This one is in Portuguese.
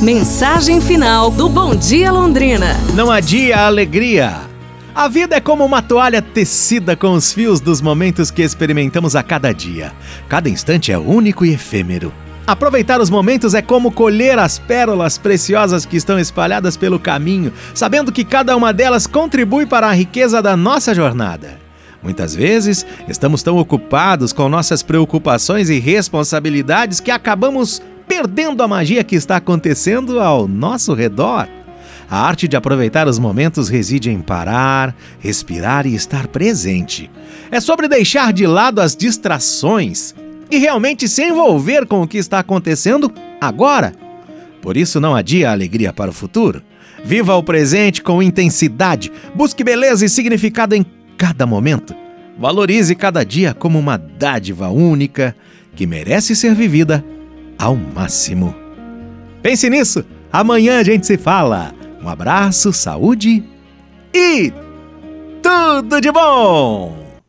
Mensagem final do Bom Dia Londrina. Não adia a alegria. A vida é como uma toalha tecida com os fios dos momentos que experimentamos a cada dia. Cada instante é único e efêmero. Aproveitar os momentos é como colher as pérolas preciosas que estão espalhadas pelo caminho, sabendo que cada uma delas contribui para a riqueza da nossa jornada. Muitas vezes, estamos tão ocupados com nossas preocupações e responsabilidades que acabamos perdendo a magia que está acontecendo ao nosso redor. A arte de aproveitar os momentos reside em parar, respirar e estar presente. É sobre deixar de lado as distrações e realmente se envolver com o que está acontecendo agora. Por isso, não adie a alegria para o futuro. Viva o presente com intensidade, busque beleza e significado em cada momento. Valorize cada dia como uma dádiva única que merece ser vivida ao máximo. Pense nisso, amanhã a gente se fala. Um abraço, saúde e tudo de bom!